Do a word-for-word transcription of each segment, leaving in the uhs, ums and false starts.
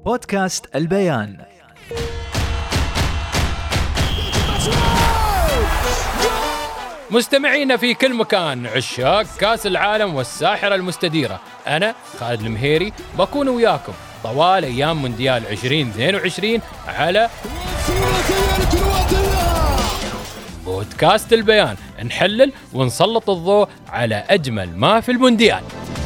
بودكاست البيان. مستمعينا في كل مكان، عشاق كاس العالم والساحرة المستديرة، أنا خالد المهيري بكون وياكم طوال أيام مونديال عشرين اثنين وعشرين على بودكاست البيان. نحلل ونسلط الضوء على أجمل ما في المونديال.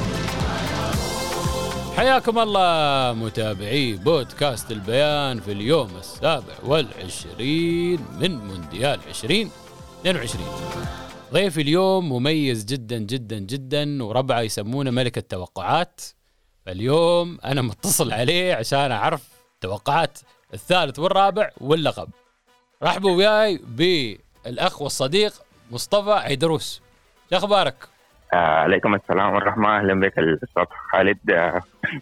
حياكم الله متابعي بودكاست البيان في اليوم السابع والعشرين من مونديال عشرين اثنين وعشرين. ضيف اليوم مميز جدا جدا جدا، وربعه يسمونه ملك التوقعات. اليوم أنا متصل عليه عشان أعرف توقعات الثالث والرابع واللقب. رحبوا وياي بالأخ والصديق مصطفى عيدروس. شو أخبارك؟ آه عليكم السلام والرحمة. أهلا بك الأستاذ خالد، آه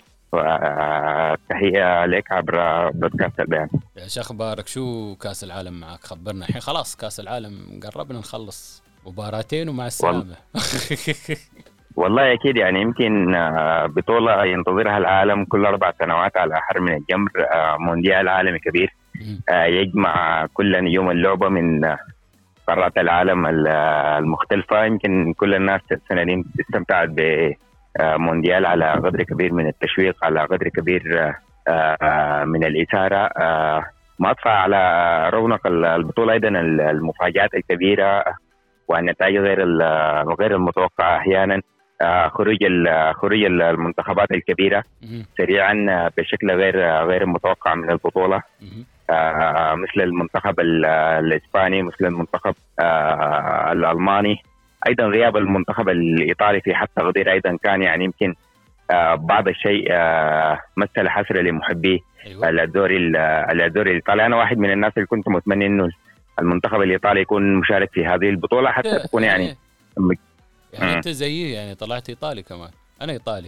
وتحية لك عبر بودكاست البيان. شو أخبارك؟ شو كاس العالم معك؟ خبرنا. الحين خلاص كاس العالم قربنا نخلص مباراتين ومع السلامة. والله أكيد، يعني يمكن بطولة ينتظرها العالم كل أربع سنوات على حر من الجمر. مونديال عالمي كبير يجمع كل نجوم اللعبة من قارات العالم المختلفة. يمكن كل الناس السنة دي استمتعت بمونديال على قدر كبير من التشويق، على قدر كبير من الإثارة، ما أطفى على رونق البطولة. أيضا المفاجآت الكبيرة والنتائج غير غير المتوقعة أحيانا، خروج خروج المنتخبات الكبيرة سريعا بشكل غير غير متوقع من البطولة، آه مثل المنتخب الإسباني، مثل المنتخب آه الألماني. أيضا غياب المنتخب الإيطالي في حد تقدير أيضا كان يعني يمكن آه بعض الشيء آه مثل حسرة لمحبي أيوة. الدوري الدوري الإيطالي. أنا واحد من الناس اللي كنت متمنى إنه المنتخب الإيطالي يكون مشارك في هذه البطولة حتى تكون يعني يعني أنت زيي، يعني طلعت إيطالي كمان. أنا إيطالي.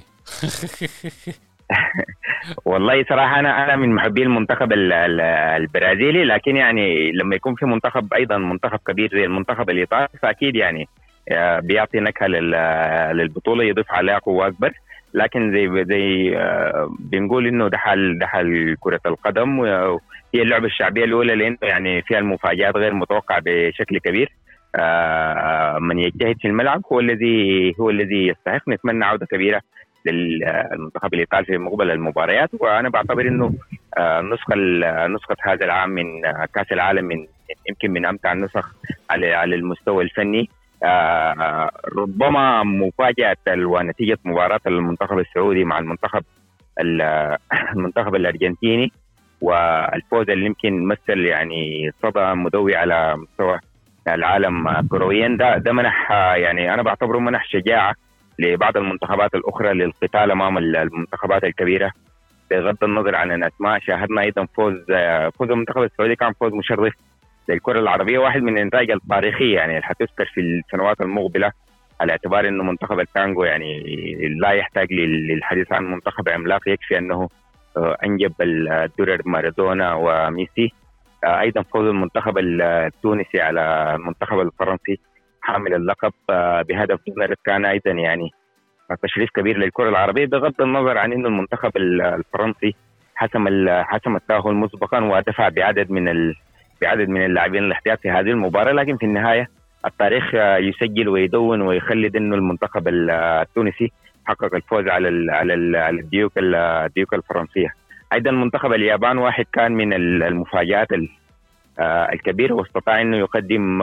والله صراحة أنا أنا من محبي المنتخب البرازيلي، لكن يعني لما يكون في منتخب أيضا منتخب كبير زي المنتخب الإيطالي فأكيد يعني بيعطي نكهة للبطولة، يضيف عليها قوة أكبر. لكن زي زي بنقول إنه ده حال ده حال كرة القدم، وهي اللعبة الشعبية الأولى لأنه يعني فيها المفاجآت غير متوقعة بشكل كبير. من يجتهد في الملعب هو الذي هو الذي يستحق. نتمنى عودة كبيرة للمنتخب الإيطالي في مقبل المباريات. وأنا بعتبر إنه نسخة نسخة هذا العام من كأس العالم من يمكن من أمتع النسخ على على المستوى الفني. ربما مفاجأة ونتيجة مباراة المنتخب السعودي مع المنتخب المنتخب الأرجنتيني، والفوز اللي يمكن مثل يعني صدى مدوي على مستوى العالم كرويا. ده ده منح، يعني أنا بعتبره منح شجاعة لبعض المنتخبات الأخرى للقتال أمام المنتخبات الكبيرة. بغض النظر عن الأسماء، شاهدنا أيضا فوز فوز المنتخب السعودي كان فوز مشرف للكرة العربية، واحد من النتائج التاريخية يعني حتذكر في السنوات المقبلة، على اعتبار أنه منتخب التانغو يعني لا يحتاج للحديث عن منتخب عملاق، يكفي أنه أنجب الدورر مارادونا وميسي. أيضا فوز المنتخب التونسي على المنتخب الفرنسي حامل اللقب بهدف دونر كان أيضا يعني تشريف كبير للكرة العربية، بغض النظر عن أنه المنتخب الفرنسي حسم حسم التأهل مسبقا ودفع بعدد من ال... بعدد من اللاعبين الاحتياط في هذه المباراة. لكن في النهاية التاريخ يسجل ويدون ويخلد أنه المنتخب التونسي حقق الفوز على ال... على ال... على الديوك الديوك الفرنسية. أيضا منتخب اليابان واحد كان من المفاجآت الكبيرة، واستطاع أنه يقدم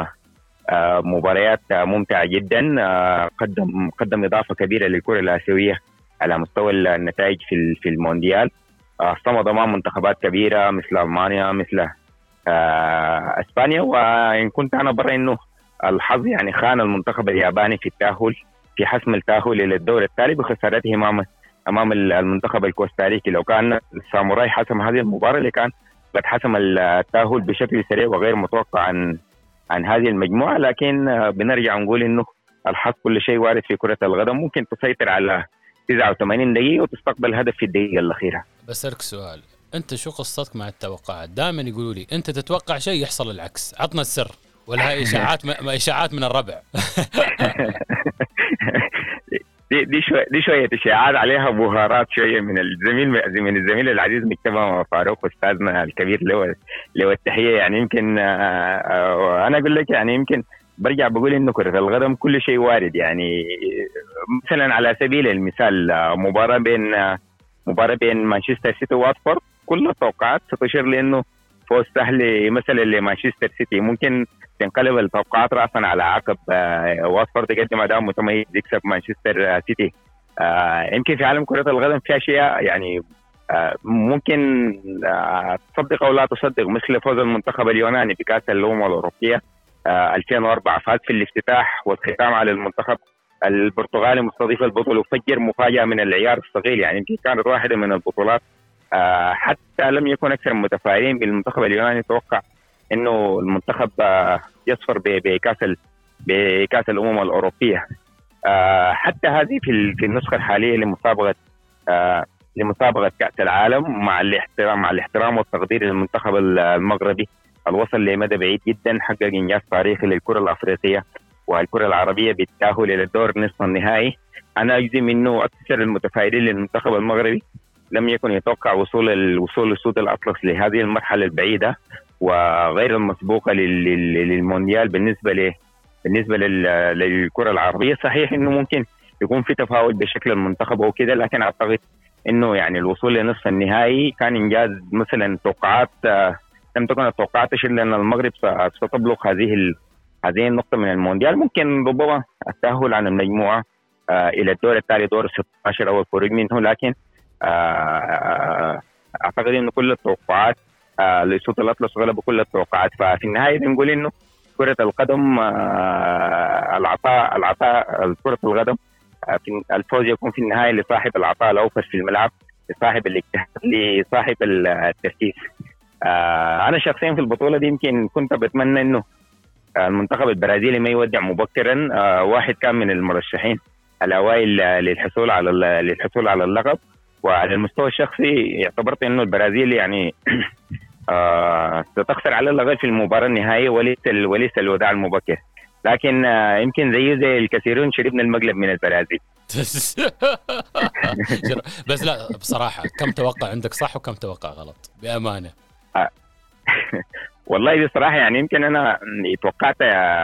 مباريات ممتعة جدا. قدم قدم إضافة كبيرة للكرة الآسيوية على مستوى النتائج في في المونديال. صمد أمام منتخبات كبيرة مثل ألمانيا، مثل أسبانيا. وإن كنت أنا برا إنه الحظ يعني خان المنتخب الياباني في التأهل في حسم التأهل إلى الدور التالي بخسارته أمام أمام المنتخب الكوستاريكي. لو كان الساموراي حسم هذه المباراة اللي كان قد حسم التأهل بشكل سريع وغير متوقع عن عن هذه المجموعة. لكن بنرجع نقول إنه الحظ كل شيء وارد في كرة القدم، ممكن تسيطر على تسعة وثمانين دقيقة وتستقبل هدف في الدقيقة الأخيرة. بس أرك سؤال، أنت شو قصتك مع التوقعات؟ دائما يقولوا لي أنت تتوقع شيء يحصل العكس، عطنا السر. ولا هاي إشاعات ما إشاعات من الربع؟ دي دي شويه دي شويه اشاعات عليها بهارات شويه من الزميل من الزميل العزيز مجتمع فاروق استاذنا الكبير له له التحيه. يعني يمكن انا اقول لك يعني يمكن برجع بقول انه كره القدم كل شيء وارد. يعني مثلا على سبيل المثال مباراه بين مباراه بين مانشستر سيتي وواتفورد، كل التوقعات ستشير لانه فوز سهل مثلا لمانشستر سيتي، ممكن تنقلب التوقعات راسا على عقب. واتفورد يقدم اداء متميز يكسب مانشستر سيتي. يمكن في عالم كره القدم في اشياء يعني ممكن تصدق او لا تصدق، مثل فوز المنتخب اليوناني بكاس الامم الاوروبيه ألفين وأربعة، فاز في الافتتاح والختام على المنتخب البرتغالي مستضيف البطوله وفجر مفاجاه من العيار الصغير. يعني يمكن كانت واحده من البطولات حتى لم يكن اكثر متفائلين بالمنتخب اليوناني توقع انه المنتخب يصفر بكاس بكاس الامم الاوروبيه. حتى هذه في في النسخه الحاليه لمسابقه لمسابقه كاس العالم، مع الاحترام مع الاحترام والتقدير للمنتخب المغربي الوصل لمدى بعيد جدا، حقق انجاز تاريخي للكره الافريقيه والكره العربيه بالتاهل الى الدور نصف النهائي. انا اجزم انه اكثر المتفائلين للمنتخب المغربي لم يكن يتوقع وصول الوصول للسود الاطلس لهذه المرحله البعيده وغير المسبوقه للمونديال بالنسبه له بالنسبه للكره العربيه. صحيح انه ممكن يكون في تفاؤل بشكل المنتخب وكذا، لكن اعتقد انه يعني الوصول لنصف النهائي كان انجاز. مثلا توقعات لم تكن التوقعات تشير لان المغرب ستبلغ هذه هذه النقطه من المونديال، ممكن ربما التاهل عن المجموعه الى الدور التالي دور ستة عشر او الخروج منه، لكن اعتقد انه كل التوقعات للسود الاطلس غلبوا كل التوقعات. ففي النهايه بنقول انه كره القدم العطاء العطاء كره القدم في الفوز يكون في النهايه لصاحب العطاء الاوفر في الملعب، لصاحب الاجتهاد، لصاحب التركيز. انا شخصيا في البطوله دي يمكن كنت بتمنى انه المنتخب البرازيلي ما يودع مبكرا. واحد كان من المرشحين الاوائل للحصول على للحصول على اللقب، وعلى المستوى الشخصي اعتبرت انه البرازيل يعني آه ستخسر على الاقل في المباراه النهائيه وليس وليس الوداع المبكر، لكن آه يمكن زي زي الكثيرون شربنا المقلب من البرازيل. بس لا بصراحه كم توقع عندك صح وكم توقع غلط بامانه؟ آه والله بصراحه يعني يمكن انا توقعت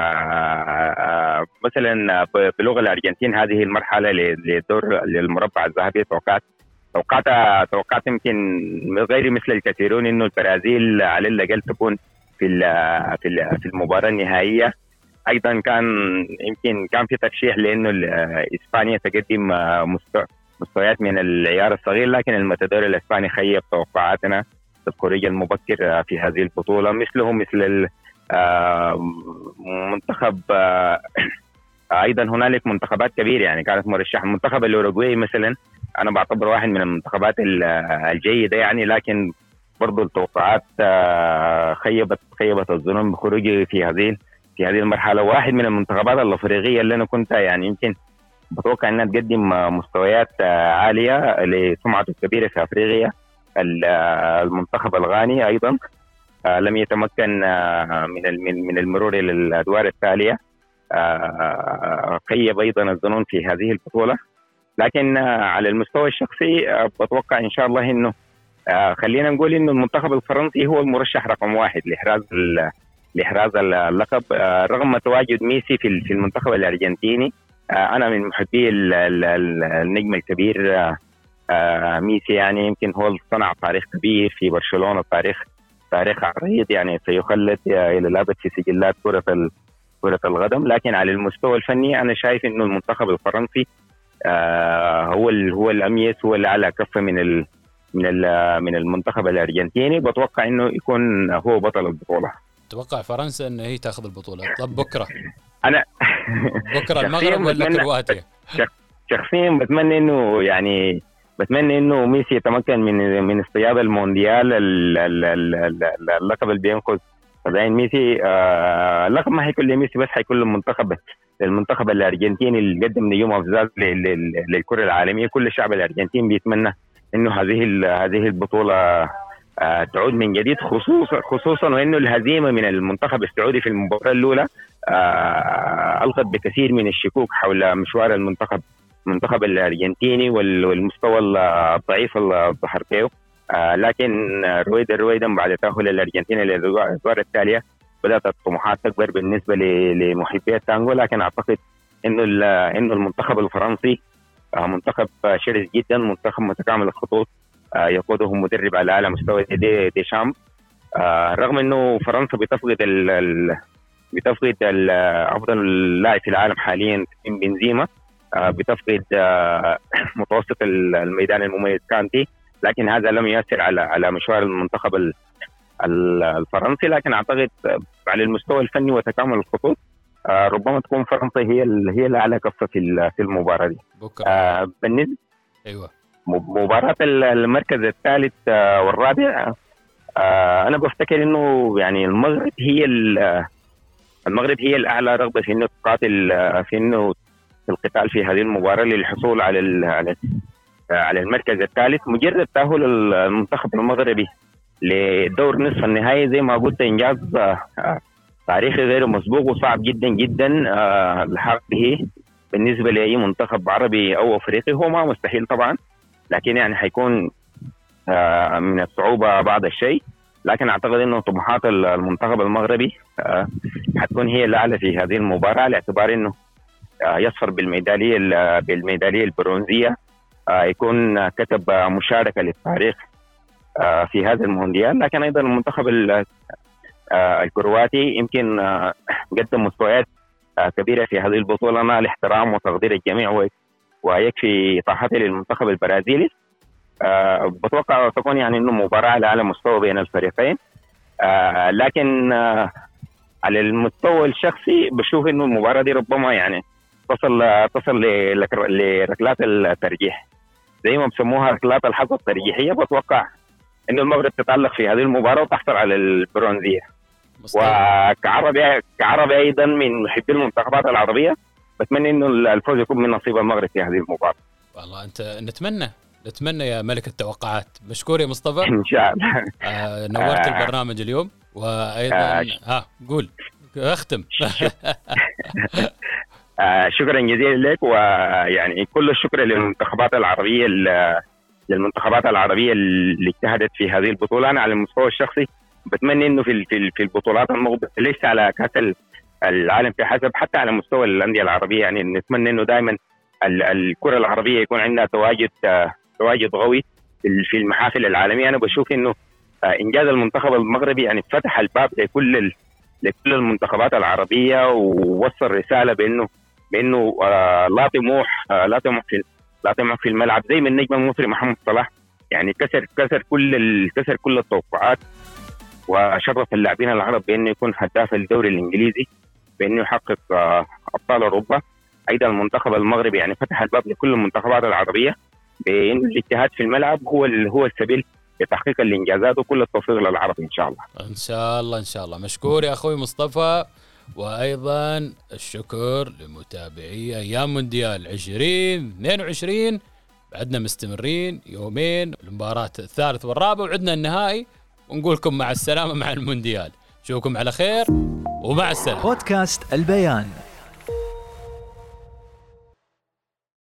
مثلا بلغه الارجنتين هذه المرحله للدور للمربع الذهبي، توقعت توقعت توقعت يمكن غير مثل الكثيرون انه البرازيل على الاقل تكون في في في المباراه النهائيه. ايضا كان يمكن كان في ترشيح لانه اسبانيا تقدم مستويات من العيار الصغير، لكن المتدور الاسباني خيب توقعاتنا الخروج المبكر في هذه البطوله. مثله مثل المنتخب ايضا هنالك منتخبات كبيره يعني كانت مرشحه. المنتخب الاوروغواي مثلا انا بعتبر واحد من المنتخبات الجيده يعني، لكن برضو التوقعات خيبت خيبت الظنون بخروجه في هذه في هذه المرحله. واحد من المنتخبات الافريقيه اللي انا كنت يعني يمكن بتوقع انها تقدم مستويات عاليه لسمعته الكبيره في افريقيا، المنتخب الغاني ايضا لم يتمكن من من المرور الى الادوار التاليه، خيب ايضا الظنون في هذه البطوله. لكن على المستوى الشخصي بتوقع ان شاء الله انه خلينا نقول انه المنتخب الفرنسي هو المرشح رقم واحد لاحراز لاحراز اللقب رغم تواجد ميسي في في المنتخب الارجنتيني. انا من محبي النجم الكبير ميسي، يعني يمكن هو صنع تاريخ كبير في برشلونه، تاريخ تاريخ عريض يعني سيخلد الى الابد في سجلات كره كره القدم. لكن على المستوى الفني انا شايف انه المنتخب الفرنسي هو هو الاميز، هو الاعلى كفه من ال من ال من المنتخب الارجنتيني. بتوقع انه يكون هو بطل البطوله. توقع فرنسا ان هي تاخذ البطوله. طب بكره انا بكره المغرب ولا كرواتيا؟ شخصيا بتمنى انه يعني بتمنى انه ميسي يتمكن من من اصطياد المونديال. اللقب اللي بينقذ طبعا ميسي اللقب ما حيكون لميسي بس، حيكون للمنتخب المنتخب الارجنتيني اللي قدم نجوم افزاز للكره العالميه. كل الشعب الارجنتيني بيتمنى انه هذه هذه البطوله تعود من جديد، خصوصا خصوصا وانه الهزيمه من المنتخب السعودي في المباراه الاولى القت بكثير من الشكوك حول مشوار المنتخب المنتخب الارجنتيني والمستوى الضعيف اللي ظهر فيه. آه لكن رويدا رويدا بعد تاهل الارجنتين للادوار التاليه بدات الطموحات تكبر بالنسبه لمحبي التانجو. لكن اعتقد انه انه المنتخب الفرنسي آه منتخب شرس جدا، منتخب متكامل الخطوط، آه يقوده مدرب على اعلى مستوى دي ديشامب. آه رغم انه فرنسا بتفقد ال ال بتفقد ال افضل لاعب في العالم حاليا بنزيما، آه بتفقد آه متوسط الميدان المميز كانتي، لكن هذا لم يؤثر على على مشوار المنتخب الفرنسي. لكن اعتقد على المستوى الفني وتكامل الخطوط آه ربما تكون فرنسا هي هي الاعلى كفه في في المباراه دي. آه بالنسبه ايوه مباراه المركز الثالث آه والرابع، آه انا بفتكر انه يعني المغرب هي المغرب هي الاعلى رغبه في انه تقاتل في انه في القتال في هذه المباراه للحصول على على على المركز الثالث. مجرد تاهل المنتخب المغربي لدور نصف النهائي زي ما قلت انجاز تاريخي غير مسبوق وصعب جدا جدا الحاق به بالنسبه لاي منتخب عربي او افريقي. هو ما مستحيل طبعا، لكن يعني حيكون من الصعوبه بعض الشيء. لكن اعتقد انه طموحات المنتخب المغربي حتكون هي الاعلى في هذه المباراه، على اعتبار انه يصفر بالميداليه بالميداليه البرونزيه، يكون كتب مشاركه للتاريخ في هذا المونديال. لكن ايضا المنتخب الكرواتي يمكن قدم مستويات كبيره في هذه البطوله مع الاحترام وتقدير الجميع، ويكفي طاحته للمنتخب البرازيلي. أه بتوقع تكون يعني انه مباراه على اعلى مستوى بين الفريقين. أه لكن أه على المستوى الشخصي بشوف انه المباراه دي ربما يعني تصل تصل لركلات الترجيح زي ما بسموها ركلات الحظ الترجيحيه. بتوقع انه المغرب تتالق في هذه المباراه وتحصل على البرونزيه. وكعربي كعربي ايضا من محبي المنتخبات العربيه بتمنى انه الفوز يكون من نصيب المغرب في هذه المباراه. والله انت نتمنى نتمنى يا ملك التوقعات. مشكور يا مصطفى ان شاء الله. آه نورت آه البرنامج اليوم. وايضا آه ها قول اختم. آه شكرا جزيلا لك، ويعني كل الشكر للمنتخبات العربيه للمنتخبات العربيه اللي اجتهدت في هذه البطوله. انا على المستوى الشخصي بتمنى انه في في البطولات المقبله ليس على كاس العالم كحسب، حتى على مستوى الانديه العربيه، يعني نتمنى انه دائما الكره العربيه يكون عندها تواجد تواجد قوي في المحافل العالميه. انا بشوف انه انجاز المنتخب المغربي يعني فتح الباب لكل لكل المنتخبات العربيه، ووصل رساله بانه بانه لا طموح لا طموح في لا طموح في الملعب، زي ما النجم المصري محمد صلاح يعني كسر كسر كل كسر كل التوقعات، وشرف اللاعبين العرب بانه يكون هداف الدوري الانجليزي، بانه يحقق ابطال اوروبا. ايضا المنتخب المغربي يعني فتح الباب لكل المنتخبات العربيه بان الاجتهاد في الملعب هو هو السبيل لتحقيق الانجازات، وكل التوفيق للعرب ان شاء الله. ان شاء الله ان شاء الله. مشكور يا اخوي مصطفى، وايضا الشكر لمتابعي ايام مونديال عشرين اثنين وعشرين. بعدنا مستمرين يومين، المباراه الثالث والرابع وعدنا النهائي، ونقول لكم مع السلامه مع المونديال. نشوفكم على خير ومع السلامه. بودكاست البيان.